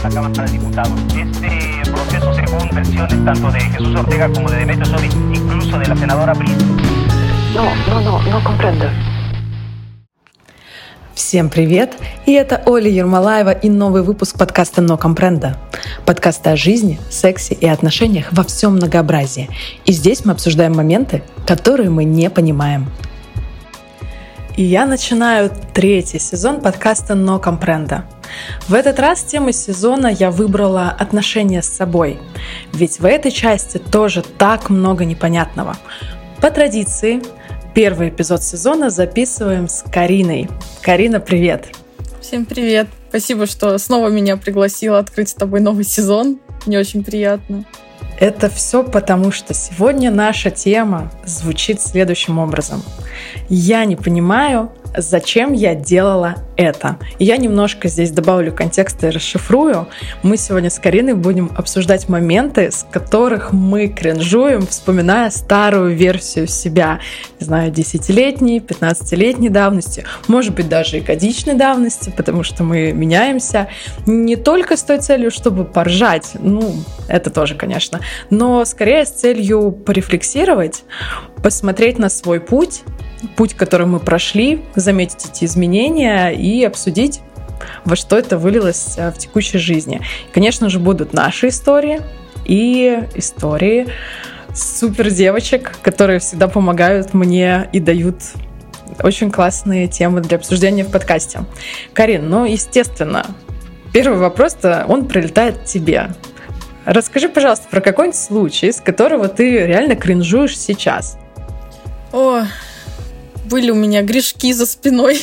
la Cámara de Diputados. Este proceso, según versiones tanto de Jesús Ortega como de Demetrio Sodi, incluso de la senadora Briz. No comprendo. Всем привет! И это Оля Ермолаева и новый выпуск подкаста «No Comprendo». Подкаста о жизни, сексе и отношениях во всем многообразии. И здесь мы обсуждаем моменты, которые мы не понимаем. И я начинаю 3-й сезон подкаста «No Comprendo». В этот раз темой сезона я выбрала отношения с собой. Ведь в этой части тоже так много непонятного. По традиции, первый эпизод сезона записываем с Кариной. Карина, привет! Всем привет! Спасибо, что снова меня пригласила открыть с тобой новый сезон. Мне очень приятно. Это все потому, что сегодня наша тема звучит следующим образом. Я не понимаю, зачем я делала это. И я немножко здесь добавлю контекста и расшифрую. Мы сегодня с Кариной будем обсуждать моменты, с которых мы кринжуем, вспоминая старую версию себя. Не знаю, 10-летней, 15-летней давности, может быть, даже и годичной давности, потому что мы меняемся не только с той целью, чтобы поржать, это тоже, конечно, но скорее с целью порефлексировать, посмотреть на свой путь, который мы прошли, заметить эти изменения и обсудить, во что это вылилось в текущей жизни. Конечно же, будут наши истории и истории супер девочек, которые всегда помогают мне и дают очень классные темы для обсуждения в подкасте. Карин, естественно, первый вопрос-то, он прилетает тебе. Расскажи, пожалуйста, про какой-нибудь случай, с которого ты реально кринжуешь сейчас. Были у меня грешки за спиной.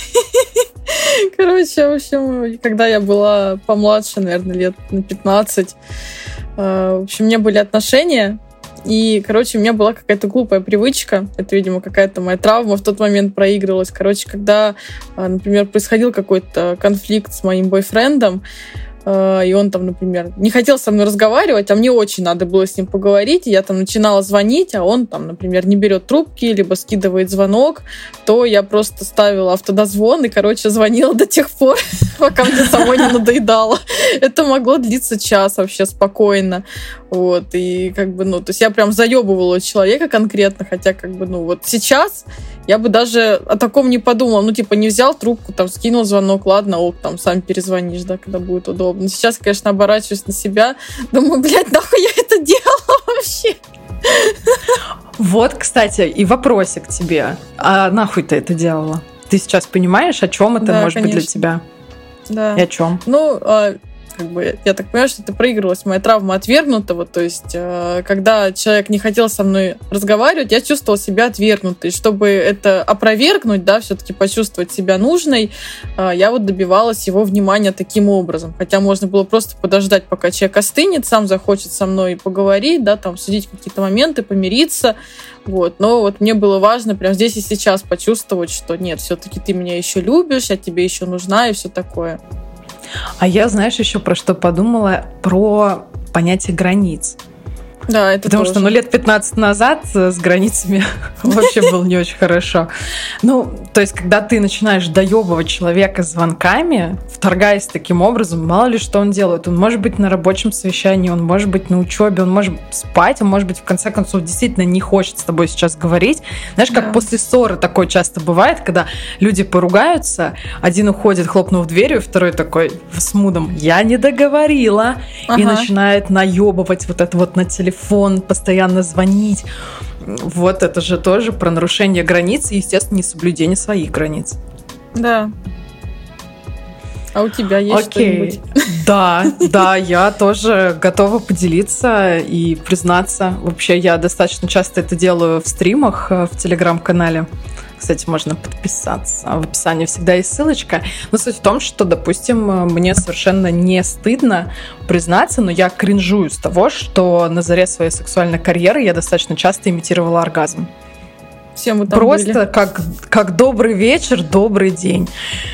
Короче, в общем, когда я была помладше, наверное, лет на 15, в общем, у меня были отношения, и, у меня была какая-то глупая привычка, это, видимо, какая-то моя травма в тот момент проигрывалась. Когда, например, происходил какой-то конфликт с моим бойфрендом, и он там, например, не хотел со мной разговаривать, а мне очень надо было с ним поговорить, и я там начинала звонить, а он там, например, не берет трубки, либо скидывает звонок, то я просто ставила автодозвон и, звонила до тех пор, пока мне самой не надоедало. Это могло длиться час вообще спокойно. И то есть я прям заебывала человека конкретно, хотя сейчас я бы даже о таком не подумала. Не взял трубку, там, скинул звонок, ладно, там, сам перезвонишь, да, когда будет удобно. Сейчас, конечно, оборачиваюсь на себя, думаю, нахуй я это делала вообще? Вот, кстати, и вопросик к тебе. А нахуй ты это делала? Ты сейчас понимаешь, о чем это может быть для тебя? Да. И о чем? Я так понимаю, что это проигрывалась моя травма отвергнутого, то есть когда человек не хотел со мной разговаривать, я чувствовала себя отвергнутой. Чтобы это опровергнуть, да, все-таки почувствовать себя нужной, я добивалась его внимания таким образом. Хотя можно было просто подождать, пока человек остынет, сам захочет со мной поговорить, да, там, обсудить какие-то моменты, помириться. Но мне было важно прямо здесь и сейчас почувствовать, что нет, все-таки ты меня еще любишь, я тебе еще нужна и все такое. А я, знаешь, еще про что подумала? Про понятие границ. Да, это потому тоже. Что лет 15 назад с границами вообще было не очень хорошо. То есть, когда ты начинаешь доебывать человека звонками, вторгаясь таким образом, мало ли что он делает. Он может быть на рабочем совещании, он может быть на учебе, он может спать, он может быть, в конце концов, действительно не хочет с тобой сейчас говорить. Знаешь, как после ссоры такое часто бывает, когда люди поругаются, один уходит, хлопнув дверью, второй такой с мудом «я не договорила», и начинает наебывать на телефон, постоянно звонить. Это же тоже про нарушение границ и, естественно, несоблюдение своих границ. Да. А у тебя есть что-нибудь? Да, я тоже готова поделиться и признаться. Вообще, я достаточно часто это делаю в стримах в Телеграм-канале. Кстати, можно подписаться. В описании всегда есть ссылочка. Но суть в том, что, допустим, мне совершенно не стыдно признаться, но я кринжую с того, что на заре своей сексуальной карьеры я достаточно часто имитировала оргазм. Все мы там просто были. Как добрый вечер, добрый день.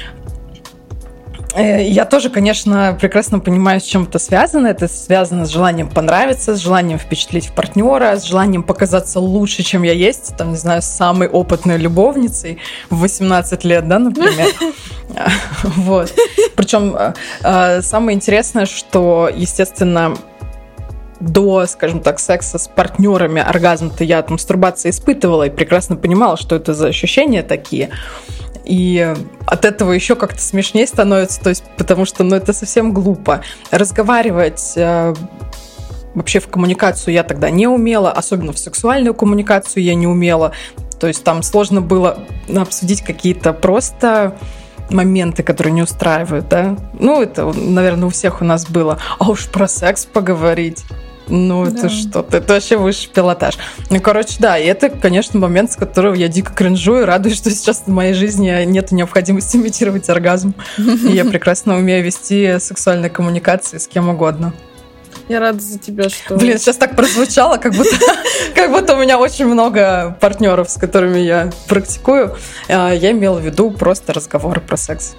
Я тоже, конечно, прекрасно понимаю, с чем это связано. Это связано с желанием понравиться, с желанием впечатлить партнера, с желанием показаться лучше, чем я есть. Там, не знаю, с самой опытной любовницей в 18 лет, да, например. Вот. Причем самое интересное, что, естественно, до, скажем так, секса с партнерами оргазм-то я от мастурбации испытывала и прекрасно понимала, что это за ощущения такие. И от этого еще как-то смешнее становится, то есть, потому что, это совсем глупо. Разговаривать вообще в коммуникацию я тогда не умела, особенно в сексуальную коммуникацию я не умела. То есть там сложно было обсудить какие-то просто моменты, которые не устраивают, да. Это, наверное, у всех у нас было. А уж про секс поговорить. Это что-то, это вообще высший пилотаж. Да, и это, конечно, момент, с которого я дико кринжую, радуюсь, что сейчас в моей жизни нет необходимости имитировать оргазм. И я прекрасно умею вести сексуальные коммуникации с кем угодно. Я рада за тебя, что... Блин, сейчас так прозвучало, как будто у меня очень много партнеров, с которыми я практикую. Я имела в виду просто разговоры про секс.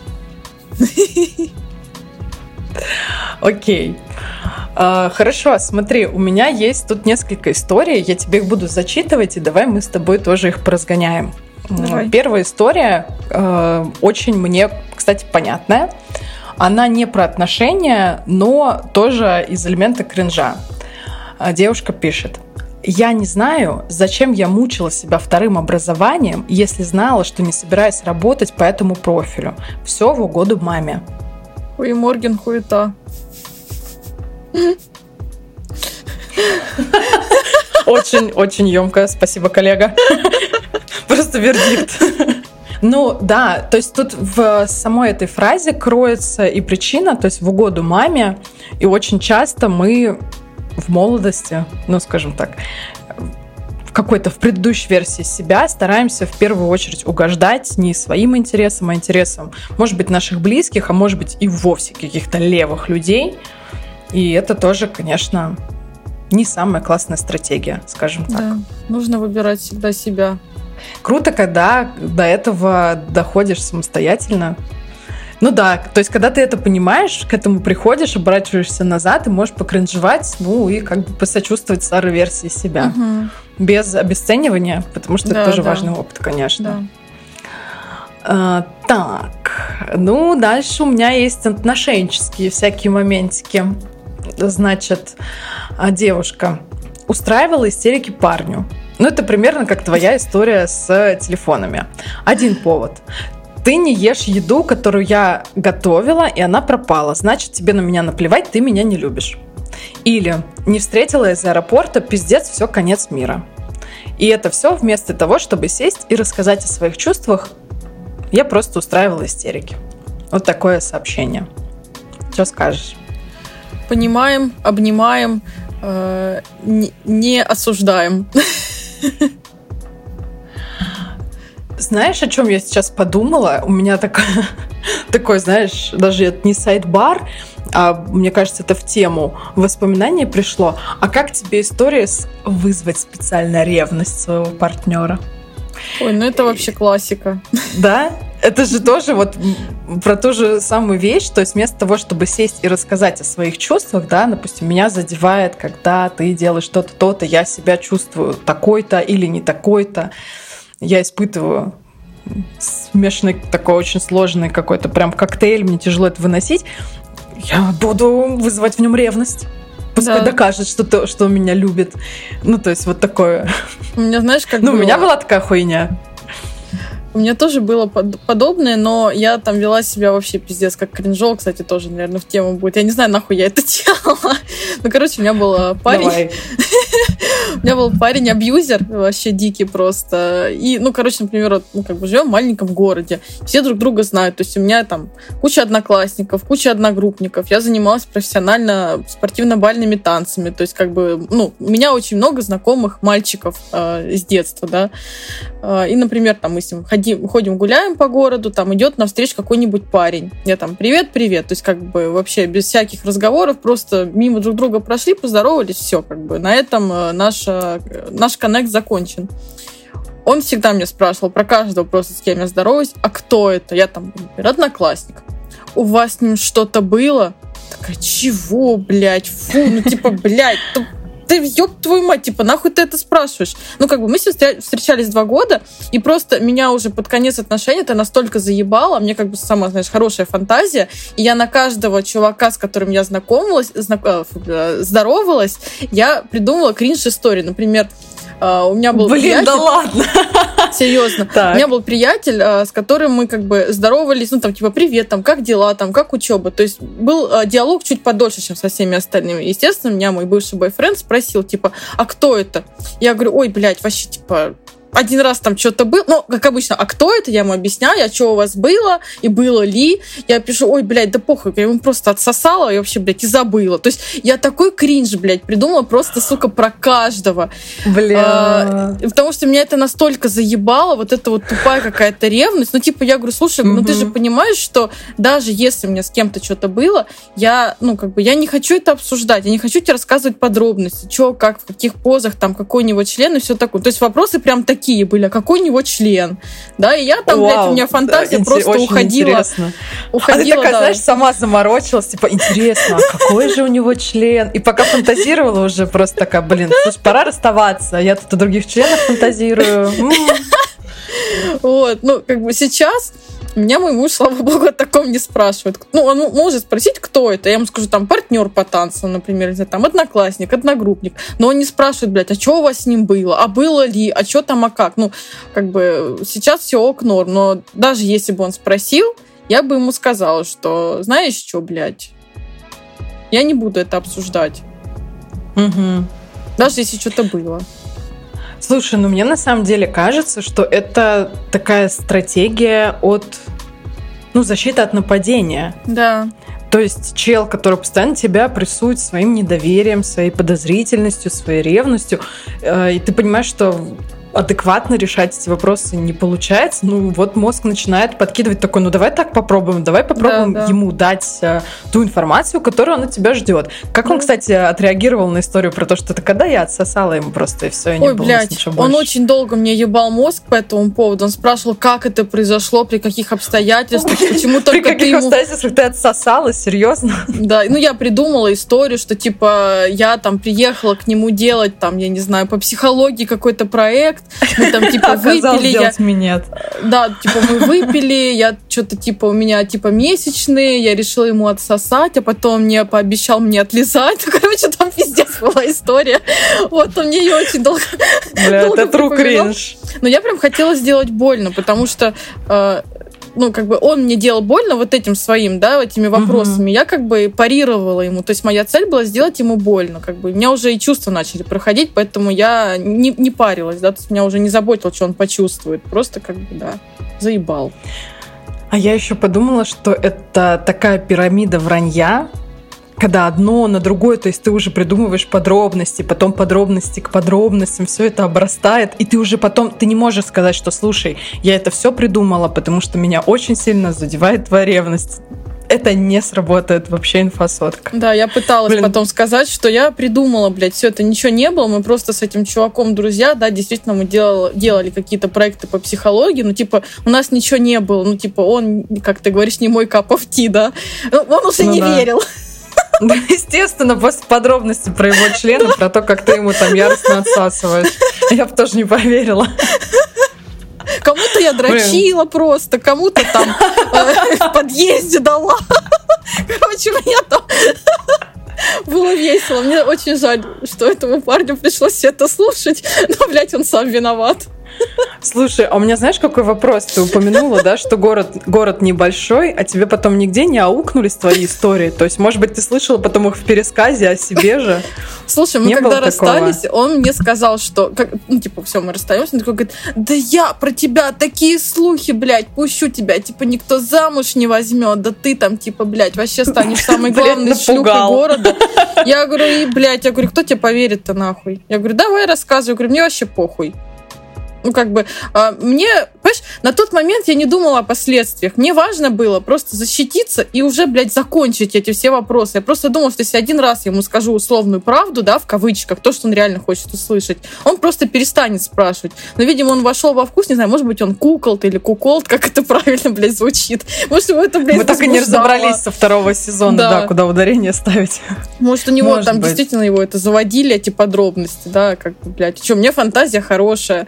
Окей. Хорошо, смотри, у меня есть тут несколько историй, я тебе их буду зачитывать, и давай мы с тобой тоже их поразгоняем. Давай. Первая история очень мне, кстати, понятная. Она не про отношения, но тоже из элемента кринжа. Девушка пишет: «Я не знаю, зачем я мучила себя вторым образованием, если знала, что не собираюсь работать по этому профилю. Все в угоду маме». Ой, Морген, хуета. Очень емко, спасибо, коллега. Просто вердикт. Да, то есть тут в самой этой фразе кроется и причина, то есть в угоду маме, и очень часто мы в молодости, скажем так, в предыдущей версии себя стараемся в первую очередь угождать не своим интересам, а интересам, может быть, наших близких, а может быть и вовсе каких-то левых людей. И это тоже, конечно, не самая классная стратегия, скажем так. Да, нужно выбирать всегда себя. Круто, когда до этого доходишь самостоятельно. То есть, когда ты это понимаешь, к этому приходишь, оборачиваешься назад и можешь покринжевать, и посочувствовать старой версии себя. Угу. Без обесценивания, потому что это тоже важный опыт, конечно. Да. Дальше у меня есть отношенческие всякие моментики. Значит, девушка устраивала истерики парню. Это примерно как твоя история с телефонами. Один повод. Ты не ешь еду, которую я готовила, и она пропала. Значит, тебе на меня наплевать, ты меня не любишь. Или не встретила из аэропорта, пиздец, все, конец мира. И это все вместо того, чтобы сесть и рассказать о своих чувствах, я просто устраивала истерики. Вот такое сообщение. Что скажешь? Понимаем, обнимаем, не осуждаем. Знаешь, о чем я сейчас подумала? У меня такой, знаешь, даже это не сайт-бар, а мне кажется, это в тему воспоминаний пришло. А как тебе история вызвать специально ревность своего партнера? Ой, это вообще классика. Да? Это же тоже про ту же самую вещь, то есть вместо того, чтобы сесть и рассказать о своих чувствах, да, допустим, меня задевает, когда ты делаешь что-то, то-то, я себя чувствую такой-то или не такой-то, я испытываю смешанный такой очень сложный какой-то прям коктейль, мне тяжело это выносить, я буду вызывать в нем ревность. Пускай докажет, что меня любит. То есть вот такое. У меня, знаешь, как у меня была такая хуйня. У меня тоже было подобное, но я там вела себя вообще пиздец, как кринжово, кстати, тоже, наверное, в тему будет. Я не знаю, нахуй я это делала. У меня был парень. У меня был парень-абьюзер, вообще дикий просто. И, например, живем в маленьком городе, все друг друга знают. То есть у меня там куча одноклассников, куча одногруппников. Я занималась профессионально спортивно-бальными танцами. То есть, у меня очень много знакомых мальчиков с детства, да. И, например, там мы с ним ходим, гуляем по городу, там идет навстречу какой-нибудь парень. Я там привет-привет. То есть, вообще без всяких разговоров, просто мимо друг друга прошли, поздоровались, все, на этом наш коннект закончен. Он всегда меня спрашивал про каждого просто, с кем я здороваюсь, а кто это? Я там, например, одноклассник. У вас с ним что-то было? Такая, чего, блядь? Фу, блядь, ты, ёб твою мать, типа, нахуй ты это спрашиваешь? Ну, как бы мы встречались 2 года, и просто меня уже под конец отношений это настолько заебало, мне как бы сама, знаешь, хорошая фантазия, и я на каждого чувака, с которым я здоровалась, я придумала кринж-истории. Например, у меня был приятель... да ладно! Серьезно. Так. У меня был приятель, с которым мы как бы здоровались, ну, там, типа, привет, там, как дела, там, как учеба. То есть был диалог чуть подольше, чем со всеми остальными. Естественно, меня мой бывший бойфренд спросил, типа, а кто это? Я говорю, ой, блядь, вообще, типа... Один раз там что-то было, ну, как обычно, а кто это? Я ему объясняю, а что у вас было, и было ли. Я пишу, ой, блядь, да похуй, я ему просто отсосала и вообще, блядь, и забыла. То есть я такой кринж, блядь, придумала просто, сука, про каждого. Потому что меня это настолько заебало, вот эта вот тупая какая-то ревность. Ну, типа, я говорю, слушай, ну ты же понимаешь, что даже если у меня с кем-то что-то было, я, ну, как бы, я не хочу это обсуждать, я не хочу тебе рассказывать подробности, что, как, в каких позах, там, какой у него член и все такое. То есть вопросы прям такие были, а какой у него член, да, и я там, блядь, у меня фантазия просто уходила. А ты такая, знаешь, сама заморочилась, типа, интересно, а какой же у него член? И пока фантазировала уже просто такая, блин, слушай, пора расставаться, я тут о других членах фантазирую. Вот, ну, как бы сейчас меня мой муж, слава богу, о таком не спрашивает. Ну, он может спросить, кто это. Я ему скажу, там, партнер по танцам, например, или там, одноклассник, одногруппник. Но он не спрашивает, блядь, а что у вас с ним было? А было ли? А что там, а как? Ну, как бы, сейчас все ок, норм. Но даже если бы он спросил, я бы ему сказала, что, знаешь что, блядь, я не буду это обсуждать. Угу. Даже если что-то было. Слушай, ну мне на самом деле кажется, что это такая стратегия защиты от нападения. Да. То есть чел, который постоянно тебя прессует своим недоверием, своей подозрительностью, своей ревностью, и ты понимаешь, что адекватно решать эти вопросы не получается, ну вот мозг начинает подкидывать такой, ну давай так попробуем, давай попробуем ему дать ту информацию, которую он от тебя ждет. Как он, кстати, отреагировал на историю про то, что это когда я отсосала ему просто, и все, и не было ничего больше. Он очень долго мне ебал мозг по этому поводу, он спрашивал, как это произошло, при каких обстоятельствах, почему только ты ему... При каких обстоятельствах ты отсосала, серьезно? Да, ну я придумала историю, что типа я там приехала к нему делать там, я не знаю, по психологии какой-то проект, мы там, типа, выпили. Минет. Да, типа, мы выпили, я что-то, типа, у меня, типа, месячные, я решила ему отсосать, а потом мне пообещал мне отлизать. Короче, там пиздец была история. Вот, он мне ее очень долго... Бля, это true cringe. Но я прям хотела сделать больно, потому что... ну, как бы он мне делал больно вот этим своим, да, этими вопросами. Я как бы парировала ему. То есть моя цель была сделать ему больно. Как бы у меня уже и чувства начали проходить, поэтому я не парилась, да, то есть меня уже не заботило, что он почувствует. Просто как бы, да, заебал. А я еще подумала, что это такая пирамида вранья, когда одно на другое, то есть ты уже придумываешь подробности, потом подробности к подробностям, все это обрастает, и ты уже потом, ты не можешь сказать, что, слушай, я это все придумала, потому что меня очень сильно задевает твоя ревность. Это не сработает вообще инфосотка. Да, я пыталась потом сказать, что я придумала, блядь, все это ничего не было, мы просто с этим чуваком друзья, да, действительно мы делали какие-то проекты по психологии, ну, типа, у нас ничего не было, ну, типа, он, как ты говоришь, не мой cup of tea, да, он уже не верил. Да, естественно, после подробностей про его члены, про то, как ты ему там яростно отсасываешь. Я бы тоже не поверила. Кому-то я дрочила просто, кому-то там в подъезде дала. Короче, у меня там было весело. Мне очень жаль, что этому парню пришлось все это слушать, но, блядь, он сам виноват. Слушай, а у меня, знаешь, какой вопрос? Ты упомянула, да, что город небольшой, а тебе потом нигде не аукнулись твои истории? То есть, может быть, ты слышала потом их в пересказе о себе же? Слушай, мы когда расстались, он мне сказал, что, ну, типа, все, мы расстаемся, он такой говорит, да я про тебя такие слухи, блядь, пущу тебя, типа, никто замуж не возьмет, да ты там, типа, блядь, вообще станешь самой главной шлюхой города. Я говорю, и, блядь, я говорю, кто тебе поверит-то нахуй? Я говорю, давай рассказывай, я говорю, мне вообще похуй. Ну, как бы, мне Понимаешь, на тот момент я не думала о последствиях. Мне важно было просто защититься и уже, блядь, закончить эти все вопросы. Я просто думала, что если один раз я ему скажу условную правду, да, в кавычках, то, что он реально хочет услышать, он просто перестанет спрашивать. Но, видимо, он вошел во вкус, не знаю, может быть, он куколд или куколд, как это правильно, блядь, звучит. Может, его это, блядь, мы так и не разобрались со второго сезона, да, куда ударение ставить. Может, у него там действительно его это заводили, эти подробности, да, как бы, блядь. Что, у меня фантазия хорошая.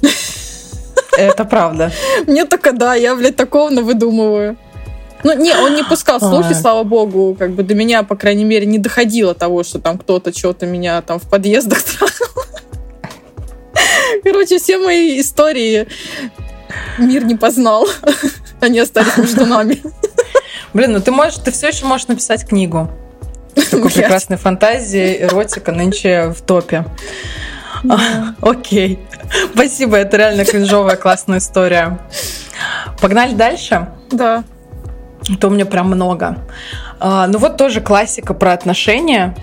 Это правда. Мне только, да, я, блядь, такого навыдумываю. Ну, не, он не пускал слухи, слава богу, как бы до меня, по крайней мере, не доходило того, что там кто-то что-то меня там в подъездах трахал. Короче, все мои истории мир не познал. Они остались между нами. Блин, ну ты все еще можешь написать книгу. Такой прекрасной фантазии, эротика нынче в топе. Окей. Спасибо, это реально кринжовая классная история. Погнали дальше? Да. Это у меня прям много. Ну вот тоже классика про отношения.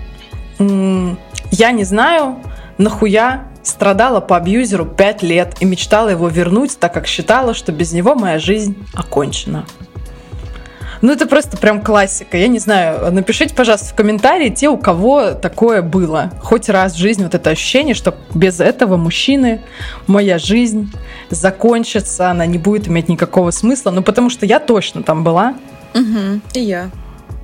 Я не знаю, нахуя страдала по абьюзеру 5 лет и мечтала его вернуть, так как считала, что без него моя жизнь окончена. Ну, это просто прям классика. Я не знаю, напишите, пожалуйста, в комментарии те, у кого такое было. Хоть раз в жизни вот это ощущение, что без этого мужчины моя жизнь закончится, она не будет иметь никакого смысла. Ну, потому что я точно там была. Угу, и я.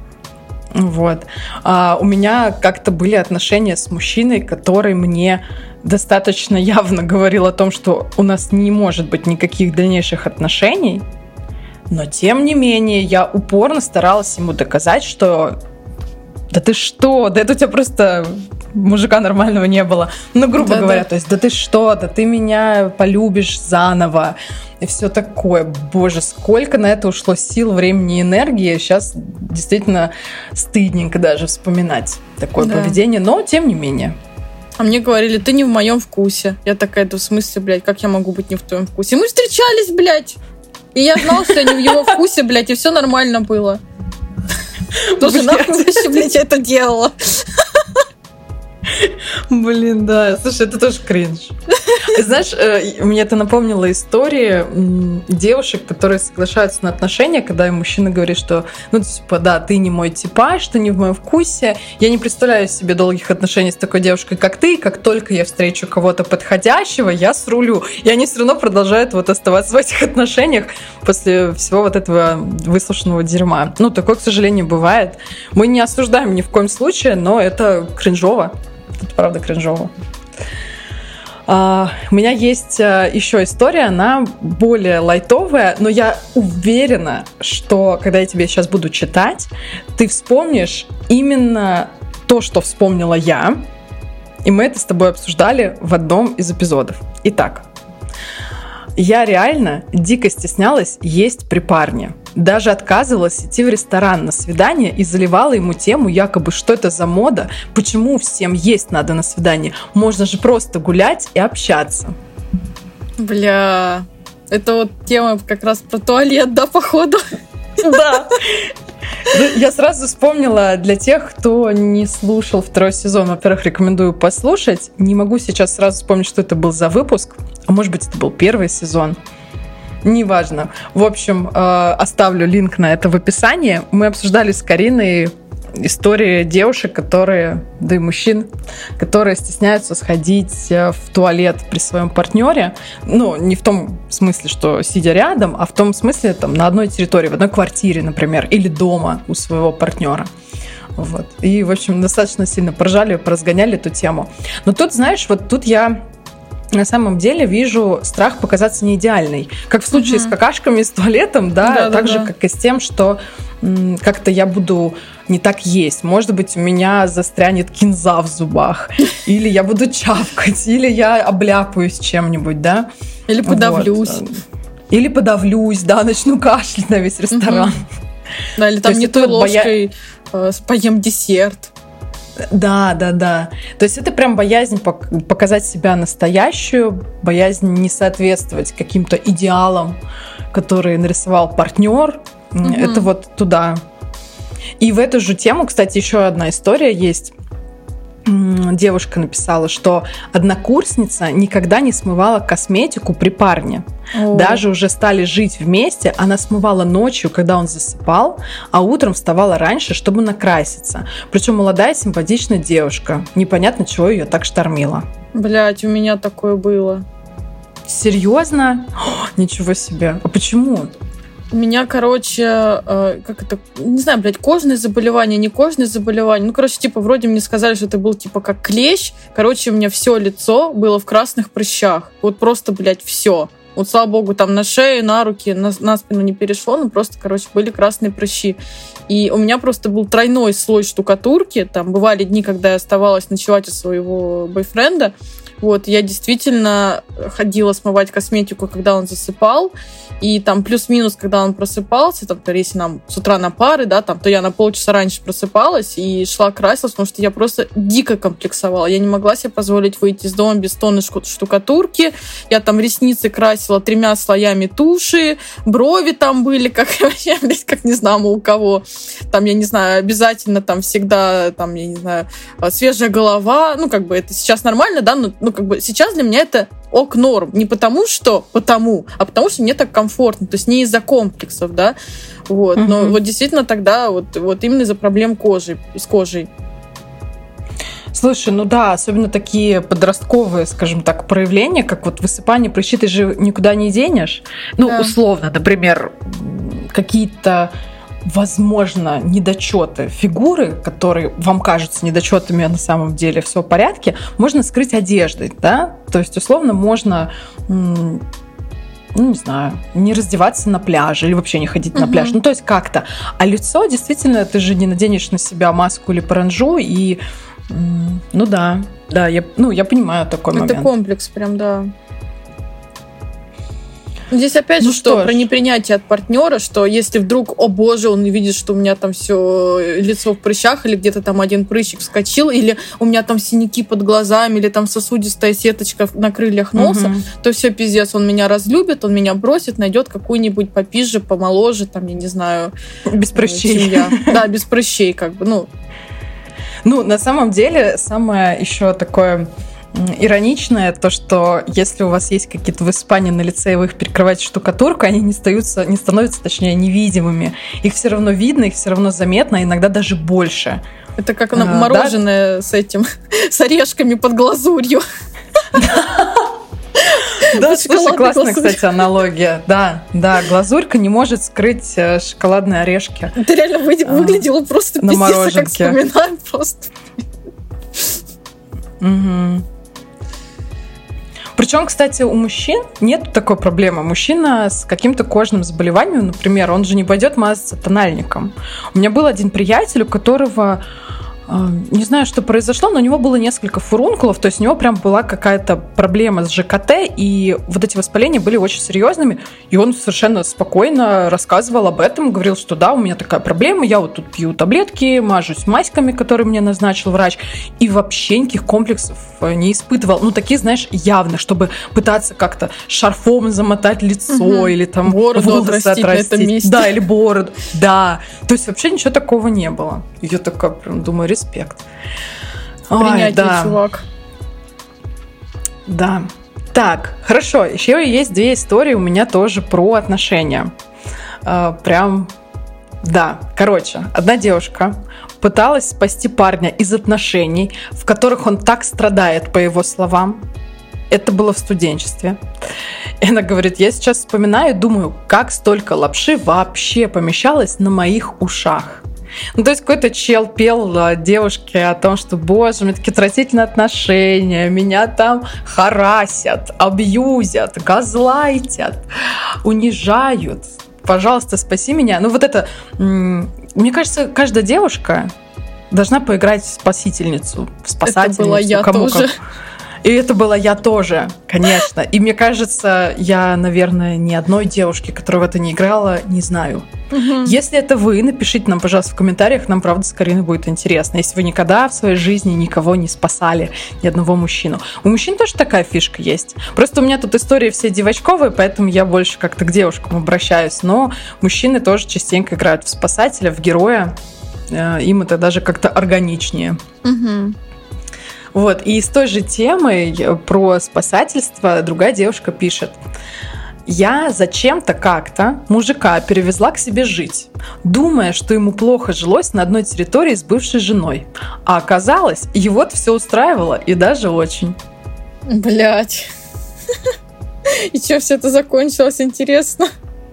Вот. У меня как-то были отношения с мужчиной, который мне достаточно явно говорил о том, что у нас не может быть никаких дальнейших отношений. Но, тем не менее, я упорно старалась ему доказать, что да ты что, да это у тебя просто мужика нормального не было. Ну, грубо говоря, то есть да ты что, да ты меня полюбишь заново. И все такое. Боже, сколько на это ушло сил, времени и энергии. Сейчас действительно стыдненько даже вспоминать такое поведение. Но, тем не менее. А мне говорили, ты не в моем вкусе. Я такая, да в смысле, блядь, как я могу быть не в твоем вкусе? Мы встречались, блядь. И я знала, что я не в его вкусе, блядь, и все нормально было. Тоже нахуй вообще, блядь, я это делала. Блин, да. Слушай, это тоже кринж. Знаешь, мне это напомнило истории девушек, которые соглашаются на отношения, когда им мужчина говорит, что, ну, типа, да, ты не мой типаж, ты не в моем вкусе. Я не представляю себе долгих отношений с такой девушкой, как ты. Как только я встречу кого-то подходящего, я срулю. И они все равно продолжают вот оставаться в этих отношениях после всего вот этого выслушанного дерьма. Ну, такое, к сожалению, бывает. Мы не осуждаем ни в коем случае, но это кринжово. Это правда кринжово. У меня есть еще история, она более лайтовая, но я уверена, что когда я тебе сейчас буду читать, ты вспомнишь именно то, что вспомнила я, и мы это с тобой обсуждали в одном из эпизодов. Итак, я реально дико стеснялась есть при парне. Даже отказывалась идти в ресторан на свидание и заливала ему тему, якобы, что это за мода, почему всем есть надо на свидании. Можно же просто гулять и общаться. Бля, это вот тема как раз про туалет, да, походу? Да. Я сразу вспомнила для тех, кто не слушал второй сезон. Во-первых, рекомендую послушать. Не могу сейчас сразу вспомнить, что это был за выпуск. А может быть, это был первый сезон. Неважно. В общем, оставлю линк на это в описании. Мы обсуждали с Кариной истории девушек, которые, да и мужчин, которые стесняются сходить в туалет при своем партнере. Ну, не в том смысле, что сидя рядом, а в том смысле, там, на одной территории, в одной квартире, например, или дома у своего партнера. Вот. И, в общем, достаточно сильно поржали, поразгоняли эту тему. Но тут, знаешь, вот тут я на самом деле вижу страх показаться неидеальной. Как в случае с какашками, с туалетом, да, так же, как и с тем, что как-то я буду не так есть. Может быть, у меня застрянет кинза в зубах, или я буду чавкать, или я обляпаюсь чем-нибудь, да. Или подавлюсь. Вот. Или подавлюсь, да, начну кашлять на весь ресторан. Да, или там не той ложкой поем десерт. Да. То есть это прям боязнь показать себя настоящую, боязнь не соответствовать каким-то идеалам, которые нарисовал партнер. Это вот туда. И в эту же тему, кстати, еще одна история есть. девушка написала, что однокурсница никогда не смывала косметику при парне. Даже уже стали жить вместе, она смывала ночью, когда он засыпал, а утром вставала раньше, чтобы накраситься. Причем молодая симпатичная девушка. Непонятно, чего ее так штормило. Блять, у меня такое было. Серьезно? Ничего себе. А почему? У меня, как это, не знаю, блядь, кожные заболевания, не кожные заболевания. Типа, вроде мне сказали, что это был, типа, как клещ. У меня все лицо было в красных прыщах. Вот просто, блядь, все. Вот, слава богу, там на шею, на руки, на спину не перешло, были красные прыщи. И у меня просто был тройной слой штукатурки. Там бывали дни, когда я оставалась ночевать у своего бойфренда. Я действительно ходила смывать косметику, когда он засыпал, и там плюс-минус, когда он просыпался, там, если нам с утра на пары, да, там, то я на полчаса раньше просыпалась и шла красилась, потому что я просто дико комплексовала. Я не могла себе позволить выйти из дома без тонны штукатурки. Я там ресницы красила 3 слоями туши, брови там были, как вообще, блядь, как не знаю, у кого. Там, я не знаю, обязательно там всегда, там, я не знаю, свежая голова. Это сейчас нормально, да, но сейчас для меня это ок-норм. Не потому, а потому что мне так комфортно. То есть не из-за комплексов, да. Но действительно тогда именно из-за проблем с кожей. Слушай, особенно такие подростковые, скажем так, проявления, как высыпание прыщи, ты же никуда не денешь. Условно, например, какие-то, возможно, недочеты фигуры, которые вам кажутся недочетами, а на самом деле все в порядке, можно скрыть одеждой, да? То есть, условно, можно, не знаю, не раздеваться на пляже или вообще не ходить на пляж. То есть как-то. А лицо, действительно, ты же не наденешь на себя маску или паранджу, и, я понимаю такой момент. Это комплекс прям, да. Здесь опять же, про непринятие от партнера, что если вдруг, о боже, он видит, что у меня там все лицо в прыщах, или где-то там один прыщик вскочил, или у меня там синяки под глазами, или там сосудистая сеточка на крыльях носа, то все, пиздец, он меня разлюбит, он меня бросит, найдет какую-нибудь попизже, помоложе, там, я не знаю, без прыщей. Чем я. Да, без прыщей, на самом деле, самое еще такое ироничное то, что если у вас есть какие-то высыпания на лице, и вы их перекрываете штукатуркой, они не становятся, точнее, невидимыми. Их все равно видно, их все равно заметно, иногда даже больше. Это как мороженое с орешками под глазурью. Да, слушай, классная, кстати, аналогия. Да, глазурька не может скрыть шоколадные орешки. Это реально выглядело просто пиздец, как вспоминаю просто. Причем, кстати, у мужчин нет такой проблемы. Мужчина с каким-то кожным заболеванием, например, он же не пойдет мазаться тональником. У меня был один приятель, у которого, не знаю, что произошло, но у него было несколько фурункулов, то есть у него прям была какая-то проблема с ЖКТ, и вот эти воспаления были очень серьезными, и он совершенно спокойно рассказывал об этом, говорил, что да, у меня такая проблема, я вот тут пью таблетки, мажусь маськами, которые мне назначил врач, и вообще никаких комплексов не испытывал. Такие, знаешь, явно, чтобы пытаться как-то шарфом замотать лицо, или там волосы отрастить. Да, или бороду. Да, то есть вообще ничего такого не было. Я такая прям думаю, респект. Принятие, чувак. Да. Так, хорошо. Еще есть 2 истории у меня тоже про отношения. Прям, да. Короче, одна девушка пыталась спасти парня из отношений, в которых он так страдает, по его словам. Это было в студенчестве. И она говорит, я сейчас вспоминаю и думаю, как столько лапши вообще помещалось на моих ушах. То есть какой-то чел пел девушке о том, что, боже, у меня такие отвратительные отношения, меня там харасят, абьюзят, газлайтят, унижают. Пожалуйста, спаси меня. Мне кажется, каждая девушка должна поиграть в спасительницу, в спасательницу. Это была я тоже. И это была я тоже, конечно. И мне кажется, я, наверное, ни одной девушки, которая в это не играла, не знаю. Если это вы, напишите нам, пожалуйста, в комментариях. Нам, правда, с Кариной будет интересно. Если вы никогда в своей жизни никого не спасали, ни одного мужчину. У мужчин тоже такая фишка есть. Просто у меня тут истории все девочковые, поэтому я больше как-то к девушкам обращаюсь. Но мужчины тоже частенько играют в спасателя, в героя. Им это даже как-то органичнее. Вот, и с той же темой про спасательство другая девушка пишет. Я зачем-то как-то мужика перевезла к себе жить, думая, что ему плохо жилось на одной территории с бывшей женой. А оказалось, его все устраивало и даже очень. Блять. И чем все это закончилось, интересно?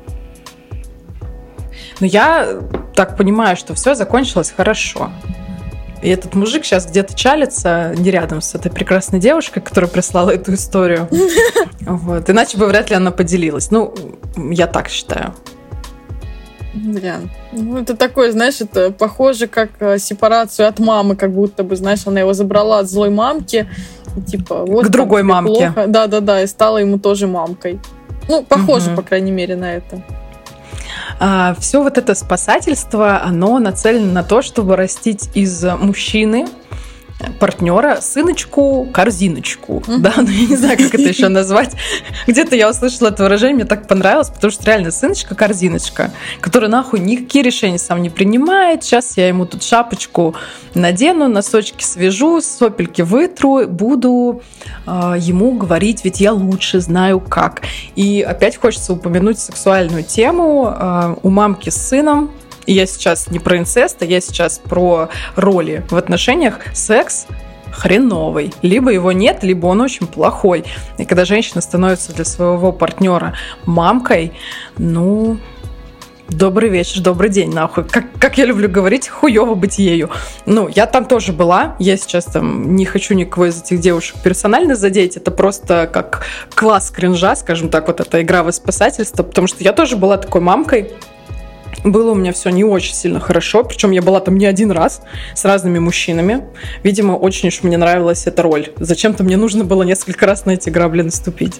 Но я так понимаю, что все закончилось хорошо. И этот мужик сейчас где-то чалится не рядом с этой прекрасной девушкой, которая прислала эту историю. Вот. Иначе бы вряд ли она поделилась. Ну, я так считаю. Блин. Ну, это такое, знаешь, это похоже как сепарацию от мамы, как будто бы, знаешь, она его забрала от злой мамки. И, типа, вот к другой мамке. Плохо. Да, и стала ему тоже мамкой. Ну, похоже, по крайней мере, на это. Все вот это спасательство, оно нацелено на то, чтобы растить из мужчины, партнера, сыночку-корзиночку. Да, ну я не знаю, как это еще назвать. Где-то я услышала это выражение, мне так понравилось, потому что реально сыночка-корзиночка, который нахуй никакие решения сам не принимает. Сейчас я ему тут шапочку надену, носочки свяжу, сопельки вытру, буду ему говорить, ведь я лучше знаю как. И опять хочется упомянуть сексуальную тему у мамки с сыном. И я сейчас не про инцест, а я сейчас про роли в отношениях. Секс хреновый. Либо его нет, либо он очень плохой. И когда женщина становится для своего партнера мамкой, ну, добрый вечер, добрый день, нахуй. Как я люблю говорить, хуёво быть ею. Ну, я там тоже была. Я сейчас там не хочу никого из этих девушек персонально задеть. Это просто как класс кринжа, скажем так, вот эта игра в спасательство. Потому что я тоже была такой мамкой. Было у меня все не очень сильно хорошо, причем я была там не один раз с разными мужчинами. Видимо, очень уж мне нравилась эта роль. Зачем-то мне нужно было несколько раз на эти грабли наступить.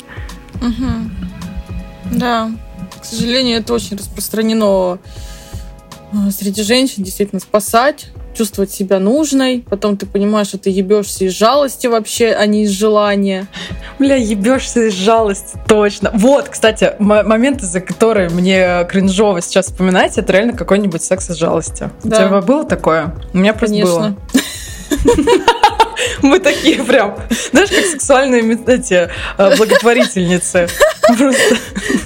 Угу. Да, к сожалению, это очень распространено среди женщин, действительно, спасать, чувствовать себя нужной. Потом ты понимаешь, что ты ебешься из жалости вообще, а не из желания. Бля, ебешься из жалости, точно. Вот, кстати, момент, из-за которой мне кринжово сейчас вспоминать, это реально какой-нибудь секс из жалости. Да. У тебя было такое? У меня просто было. Мы такие прям, знаешь, как сексуальные эти благотворительницы. Просто...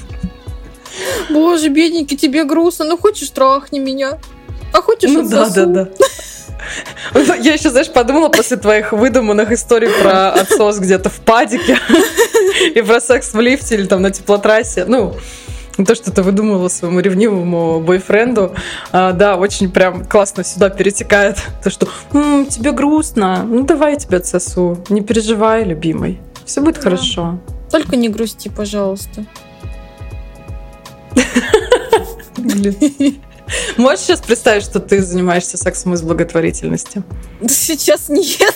Боже, бедненький, тебе грустно, ну хочешь, трахни меня. А хочешь, отсосу? Да. Я еще, знаешь, подумала после твоих выдуманных историй про отсос где-то в падике и про секс в лифте или там на теплотрассе. Ну, то, что ты выдумывала своему ревнивому бойфренду. Да, очень прям классно сюда перетекает. То, что тебе грустно, ну давай я тебя отсосу. Не переживай, любимый. Все будет хорошо. Только не грусти, пожалуйста. Блин. Можешь сейчас представить, что ты занимаешься сексом из благотворительности? Сейчас нет.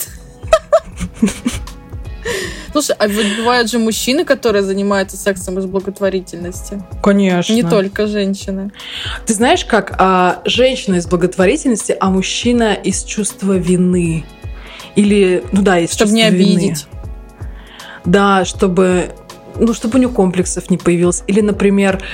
Слушай, а вот бывают же мужчины, которые занимаются сексом из благотворительности. Конечно. Не только женщины. Ты знаешь, как женщина из благотворительности, а мужчина из чувства вины. Или, ну да, из чтобы чувства вины. Чтобы не обидеть. Да, чтобы у него комплексов не появилось. Или, например...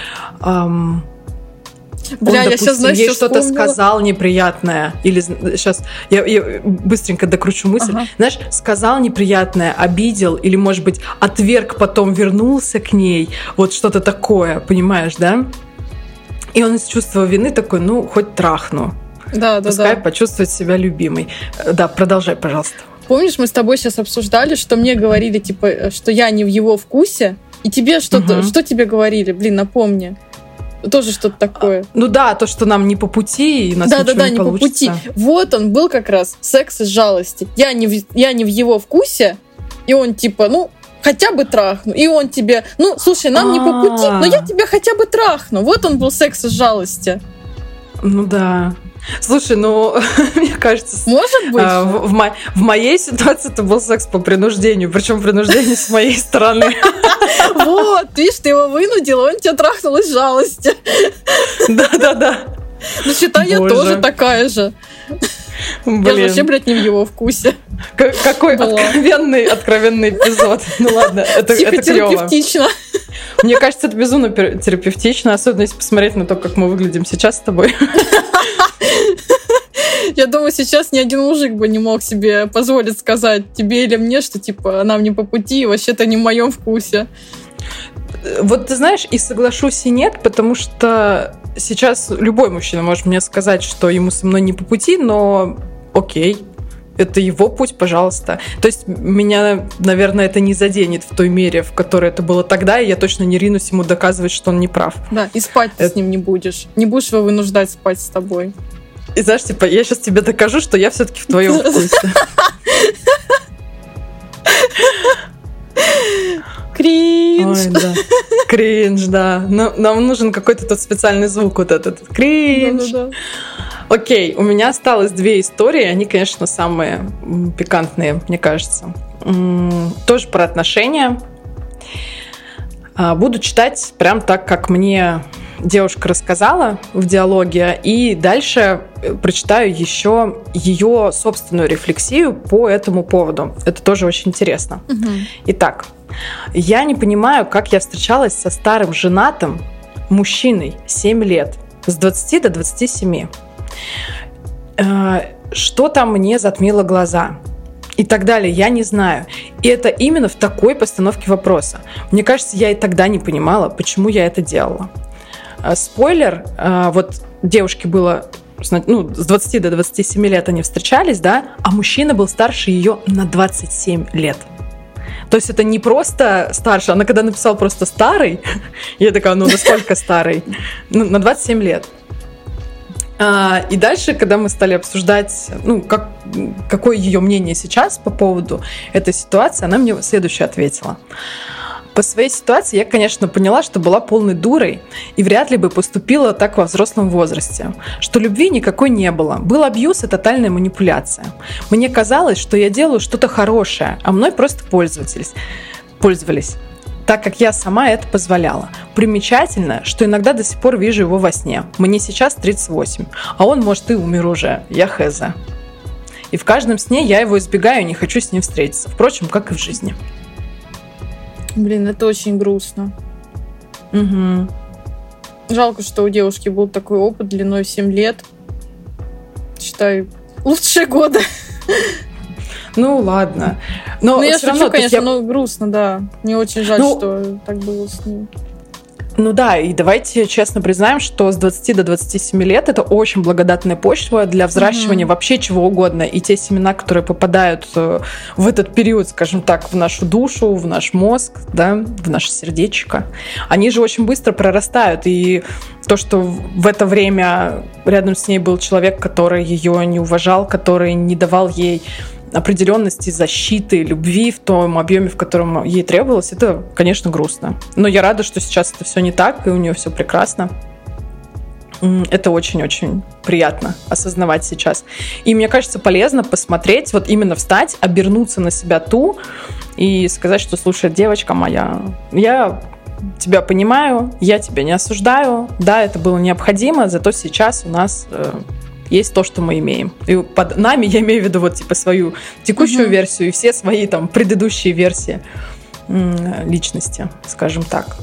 Бля, он, я сейчас, знаешь, ей что-то сказал неприятное. Или сейчас я быстренько докручу мысль. Ага. Знаешь, сказал неприятное, обидел, или, может быть, отверг, потом вернулся к ней. Вот что-то такое, понимаешь, да? И он из чувства вины такой, ну, хоть трахну. Да. Пускай почувствует себя любимой. Да, продолжай, пожалуйста. Помнишь, мы с тобой сейчас обсуждали, что мне говорили, типа, что я не в его вкусе, и тебе что-то, что тебе говорили? Блин, напомни. Тоже что-то такое. Ну да, то, что нам не по пути, и у нас ничего не получится. Не по пути. Вот он был как раз секс из жалости. Я не в его вкусе, и он типа, ну, хотя бы трахну. И он тебе, ну, слушай, нам не по пути, но я тебя хотя бы трахну. Вот он был секс из жалости. Ну да. Слушай, ну, мне кажется... Может быть. В моей ситуации это был секс по принуждению, причем принуждение с моей стороны. Вот, видишь, ты его вынудила, он тебя трахнул из жалости. Да. Ну, считай, я тоже такая же. Блин. Я же вообще, блядь, не в его вкусе. Какой откровенный эпизод. Ну ладно, это клево. Терапевтично. Мне кажется, это безумно терапевтично, особенно если посмотреть на то, как мы выглядим сейчас с тобой. Я думаю, сейчас ни один мужик бы не мог себе позволить сказать тебе или мне, что, типа, она мне по пути, и вообще-то не в моем вкусе. Вот ты знаешь, и соглашусь, и нет, потому что сейчас любой мужчина может мне сказать, что ему со мной не по пути, но окей, это его путь, пожалуйста. То есть меня, наверное, это не заденет в той мере, в которой это было тогда, и я точно не ринусь ему доказывать, что он не прав. Да, и спать ты с ним не будешь. Не будешь его вынуждать спать с тобой. И знаешь, типа, я сейчас тебе докажу, что я все-таки в твоем вкусе. Кринж. Ой, да. Кринж, да. Нам нужен какой-то тот специальный звук, вот этот. Кринж. Да. Окей, у меня осталось 2 истории. Они, конечно, самые пикантные, мне кажется. Тоже про отношения. Буду читать прям так, как мне девушка рассказала в диалоге, и дальше прочитаю еще ее собственную рефлексию по этому поводу. Это тоже очень интересно. Итак, я не понимаю, как я встречалась со старым женатым мужчиной 7 лет, с 20 до 27. Что там мне затмило глаза? И так далее, я не знаю. И это именно в такой постановке вопроса. Мне кажется, я и тогда не понимала, почему я это делала. Спойлер, вот девушке было, с 20 до 27 лет они встречались, да, а мужчина был старше ее на 27 лет. То есть это не просто старше, она когда написала просто старый, я такая, насколько старый? На 27 лет. И дальше, когда мы стали обсуждать, какое ее мнение сейчас по поводу этой ситуации, она мне следующее ответила. По своей ситуации я, конечно, поняла, что была полной дурой и вряд ли бы поступила так во взрослом возрасте, что любви никакой не было. Был абьюз и тотальная манипуляция. Мне казалось, что я делаю что-то хорошее, а мной просто пользовались, так как я сама это позволяла. Примечательно, что иногда до сих пор вижу его во сне. Мне сейчас 38, а он, может, и умер уже. Я хз. И в каждом сне я его избегаю и не хочу с ним встретиться. Впрочем, как и в жизни. Блин, это очень грустно. Угу. Жалко, что у девушки был такой опыт длиной в 7 лет. Считаю, лучшие годы. Ну, ладно. Но я все шучу, равно, конечно, грустно, да. Мне очень жаль, что так было с ним. Ну да, и давайте честно признаем, что с 20 до 27 лет это очень благодатная почва для взращивания вообще чего угодно. И те семена, которые попадают в этот период, скажем так, в нашу душу, в наш мозг, да, в наше сердечко, они же очень быстро прорастают. И то, что в это время рядом с ней был человек, который ее не уважал, который не давал ей определенности, защиты, любви в том объеме, в котором ей требовалось, это, конечно, грустно. Но я рада, что сейчас это все не так, и у нее все прекрасно. Это очень-очень приятно осознавать сейчас. И мне кажется, полезно посмотреть, вот именно встать, обернуться на себя и сказать, что, слушай, девочка моя, я тебя понимаю, я тебя не осуждаю, да, это было необходимо, зато сейчас у нас есть то, что мы имеем. И под нами я имею в виду вот типа свою текущую версию и все свои там предыдущие версии личности, скажем так.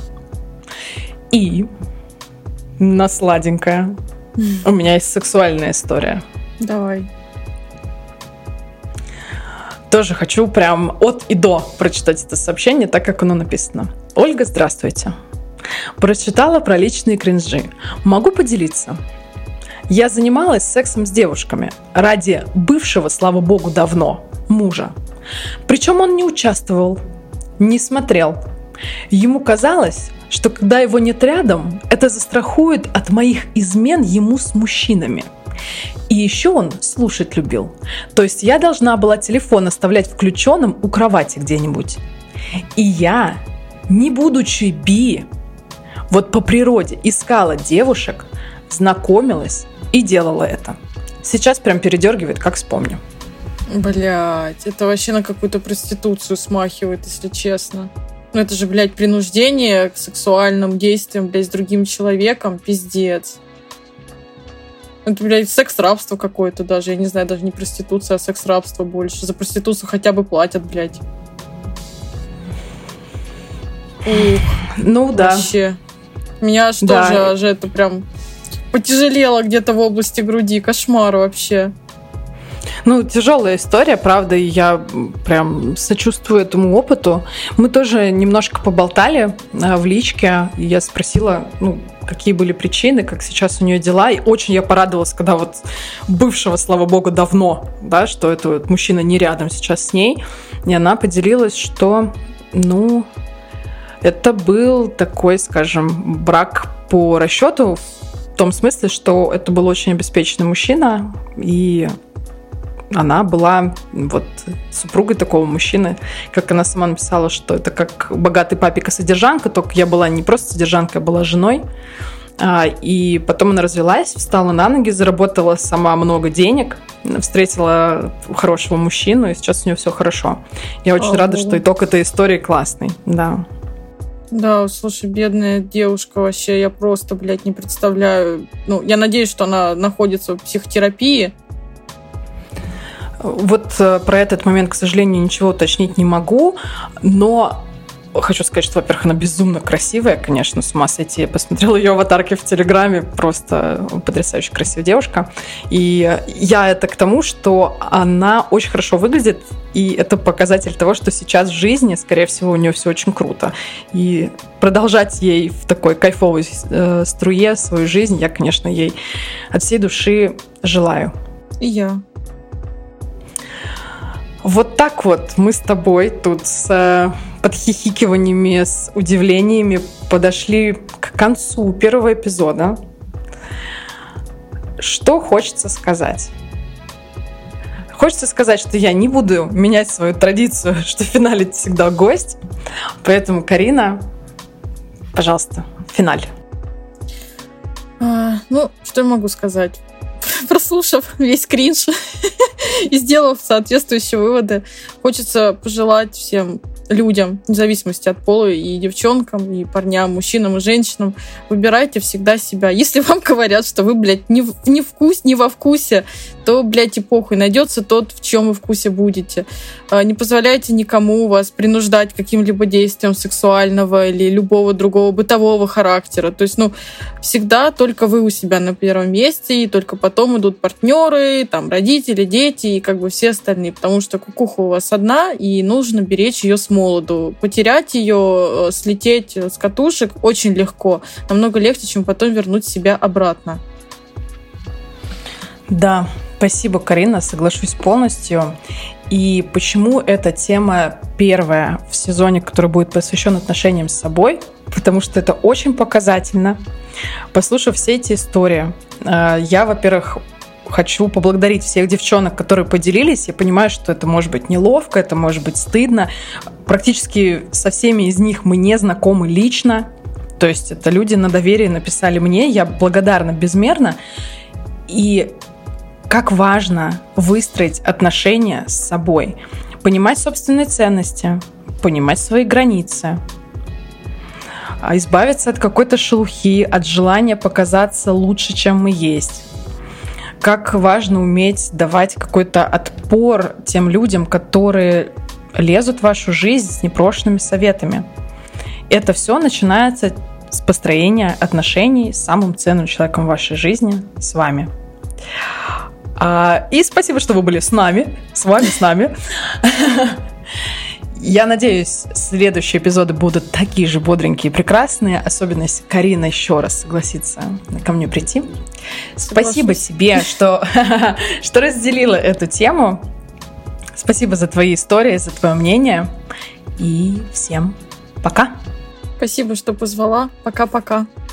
И на сладенькое у меня есть сексуальная история. Давай. Тоже хочу прям от и до прочитать это сообщение, так как оно написано. Ольга, здравствуйте. Прочитала про личные кринжи. Могу поделиться. Я занималась сексом с девушками ради бывшего, слава богу, давно, мужа. Причем он не участвовал, не смотрел. Ему казалось, что когда его нет рядом, это застрахует от моих измен ему с мужчинами. И еще он слушать любил. То есть я должна была телефон оставлять включенным у кровати где-нибудь. И я, не будучи би, вот по природе искала девушек, знакомилась и делала это. Сейчас прям передергивает, как вспомню. Блять, это вообще на какую-то проституцию смахивает, если честно. Ну это же, блядь, принуждение к сексуальным действиям, блядь, с другим человеком, пиздец. Это, блядь, секс-рабство какое-то даже. Я не знаю, даже не проституция, а секс-рабство больше. За проституцию хотя бы платят, блядь. Ух, ну да. Вообще. Меня аж тоже это прям потяжелело где-то в области груди. Кошмар вообще. Ну, тяжелая история, правда, и я прям сочувствую этому опыту. Мы тоже немножко поболтали в личке, и я спросила, какие были причины, как сейчас у нее дела. И очень я порадовалась, когда вот бывшего, слава богу, давно, да, что это вот мужчина не рядом сейчас с ней. И она поделилась, что, это был такой, скажем, брак по расчету, в том смысле, что это был очень обеспеченный мужчина, и она была вот супругой такого мужчины. Как она сама написала, что это как богатый папика-содержанка, только я была не просто содержанкой, я была женой. И потом она развелась, встала на ноги, заработала сама много денег, встретила хорошего мужчину, и сейчас у нее все хорошо. Я очень рада, что итог этой истории классный. Да. Да, слушай, бедная девушка вообще, я просто, не представляю. Я надеюсь, что она находится в психотерапии. Вот про этот момент, к сожалению, ничего уточнить не могу, но хочу сказать, что, во-первых, она безумно красивая, конечно, с ума сойти. Я посмотрела ее аватарки в Телеграме, просто потрясающе красивая девушка. И я это к тому, что она очень хорошо выглядит, и это показатель того, что сейчас в жизни, скорее всего, у нее все очень круто. И продолжать ей в такой кайфовой струе свою жизнь я, конечно, ей от всей души желаю. И я. Вот так вот мы с тобой тут с подхихикиваниями, с удивлениями подошли к концу первого эпизода. Что хочется сказать? Хочется сказать, что я не буду менять свою традицию, что финалит всегда гость. Поэтому, Карина, пожалуйста, финаль. Что я могу сказать? Прослушав весь кринж и сделав соответствующие выводы, хочется пожелать всем людям, вне зависимости от пола, и девчонкам, и парням, мужчинам, и женщинам, выбирайте всегда себя. Если вам говорят, что вы, не во вкусе, то, и похуй. Найдется тот, в чем вы вкусе будете. Не позволяйте никому вас принуждать к каким-либо действиям сексуального или любого другого бытового характера. То есть, всегда только вы у себя на первом месте, и только потом идут партнеры, родители, дети и все остальные. Потому что кукуха у вас одна, и нужно беречь ее с молоду. Потерять ее, слететь с катушек очень легко. Намного легче, чем потом вернуть себя обратно. Да, спасибо, Карина, соглашусь полностью. И почему эта тема первая в сезоне, который будет посвящен отношениям с собой? Потому что это очень показательно. Послушав все эти истории, я, во-первых, хочу поблагодарить всех девчонок, которые поделились. Я понимаю, что это может быть неловко, это может быть стыдно. Практически со всеми из них мы не знакомы лично. То есть это люди на доверие написали мне. Я благодарна безмерно. И как важно выстроить отношения с собой. Понимать собственные ценности, понимать свои границы. Избавиться от какой-то шелухи, от желания показаться лучше, чем мы есть. Как важно уметь давать какой-то отпор тем людям, которые лезут в вашу жизнь с непрошенными советами. Это все начинается с построения отношений с самым ценным человеком в вашей жизни, с вами. И спасибо, что вы были с нами, с вами. Я надеюсь, следующие эпизоды будут такие же бодренькие и прекрасные, особенно если Карина еще раз согласится ко мне прийти. Спасибо тебе, что разделила эту тему. Спасибо за твои истории, за твое мнение. И всем пока. Спасибо, что позвала. Пока-пока.